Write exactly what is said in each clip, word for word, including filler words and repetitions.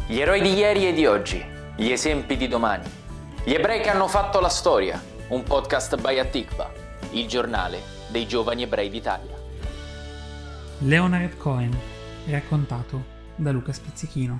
Gli eroi di ieri e di oggi, gli esempi di domani, gli ebrei che hanno fatto la storia, un podcast by Atikva, il giornale dei giovani ebrei d'Italia. Leonard Cohen, raccontato da Luca Spizzichino.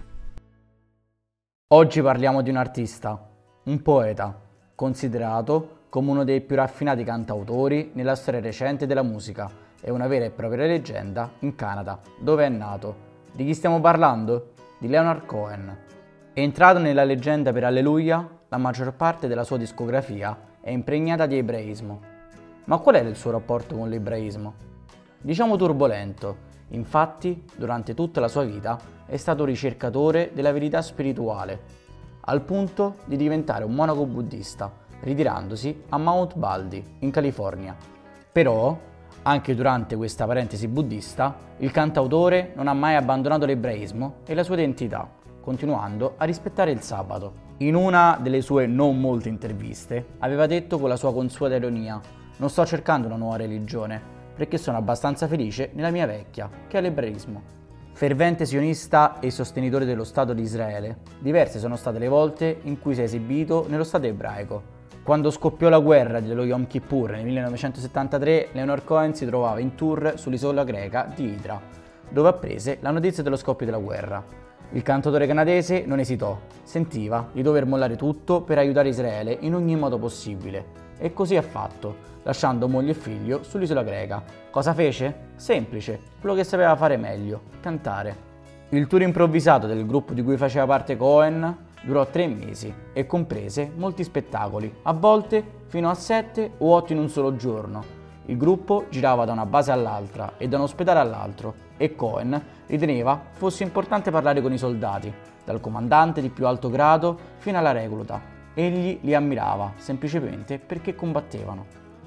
Oggi parliamo di un artista, un poeta, considerato come uno dei più raffinati cantautori nella storia recente della musica e una vera e propria leggenda in Canada, dove è nato. Di chi stiamo parlando? Di Leonard Cohen. Entrato nella leggenda per Alleluia, la maggior parte della sua discografia è impregnata di ebraismo. Ma qual era il suo rapporto con l'ebraismo? Diciamo turbolento, infatti durante tutta la sua vita è stato ricercatore della verità spirituale, al punto di diventare un monaco buddista, ritirandosi a Mount Baldy, in California. Però, anche durante questa parentesi buddista, il cantautore non ha mai abbandonato l'ebraismo e la sua identità, continuando a rispettare il sabato. In una delle sue non molte interviste, aveva detto con la sua consueta ironia: «Non sto cercando una nuova religione, perché sono abbastanza felice nella mia vecchia, che è l'ebraismo». Fervente sionista e sostenitore dello Stato di Israele, diverse sono state le volte in cui si è esibito nello Stato ebraico. Quando scoppiò la guerra dello Yom Kippur nel millenovecentosettantatré, Leonard Cohen si trovava in tour sull'isola greca di Hydra, dove apprese la notizia dello scoppio della guerra. Il cantautore canadese non esitò, sentiva di dover mollare tutto per aiutare Israele in ogni modo possibile, e così ha fatto, lasciando moglie e figlio sull'isola greca. Cosa fece? Semplice, quello che sapeva fare meglio, cantare. Il tour improvvisato del gruppo di cui faceva parte Cohen durò tre mesi e comprese molti spettacoli, a volte fino a sette o otto in un solo giorno. Il gruppo girava da una base all'altra e da un ospedale all'altro e Cohen riteneva fosse importante parlare con i soldati, dal comandante di più alto grado fino alla recluta. Egli li ammirava semplicemente perché combattevano.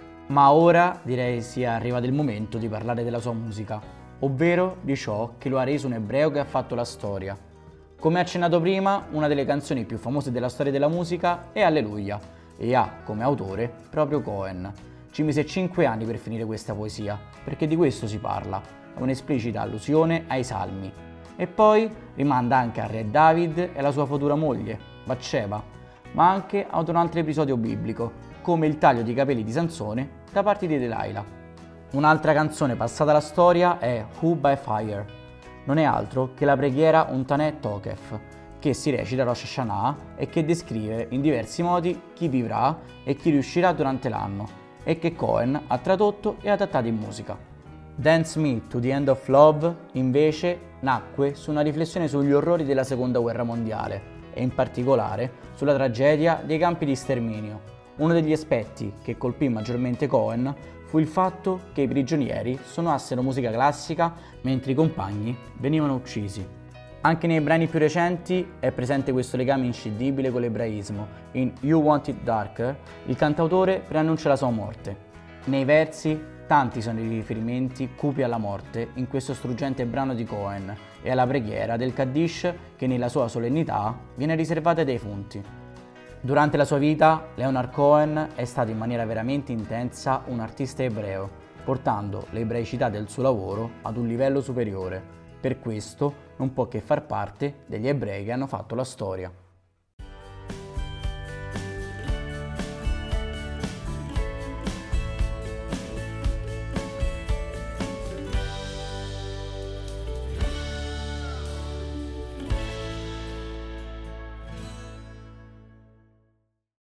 Ma ora direi sia arrivato il momento di parlare della sua musica, ovvero di ciò che lo ha reso un ebreo che ha fatto la storia. Come accennato prima, una delle canzoni più famose della storia della musica è Alleluia e ha come autore proprio Cohen. Ci mise cinque anni per finire questa poesia, perché di questo si parla, è un'esplicita allusione ai Salmi. E poi rimanda anche a Re David e alla sua futura moglie, Batsheba, ma anche ad un altro episodio biblico, come il taglio di capelli di Sansone da parte di Delilah. Un'altra canzone passata alla storia è Who by Fire. Non è altro che la preghiera Untaneh Tokef, che si recita a Rosh Hashanah e che descrive in diversi modi chi vivrà e chi riuscirà durante l'anno, e che Cohen ha tradotto e adattato in musica. Dance Me to the End of Love, invece, nacque su una riflessione sugli orrori della Seconda Guerra Mondiale e in particolare sulla tragedia dei campi di sterminio. Uno degli aspetti che colpì maggiormente Cohen fu il fatto che i prigionieri suonassero musica classica mentre i compagni venivano uccisi. Anche nei brani più recenti è presente questo legame inscindibile con l'ebraismo. In You Want It Darker il cantautore preannuncia la sua morte. Nei versi tanti sono i riferimenti cupi alla morte in questo struggente brano di Cohen e alla preghiera del Kaddish che nella sua solennità viene riservata ai defunti. Durante la sua vita, Leonard Cohen è stato in maniera veramente intensa un artista ebreo, portando l'ebraicità del suo lavoro ad un livello superiore. Per questo non può che far parte degli ebrei che hanno fatto la storia.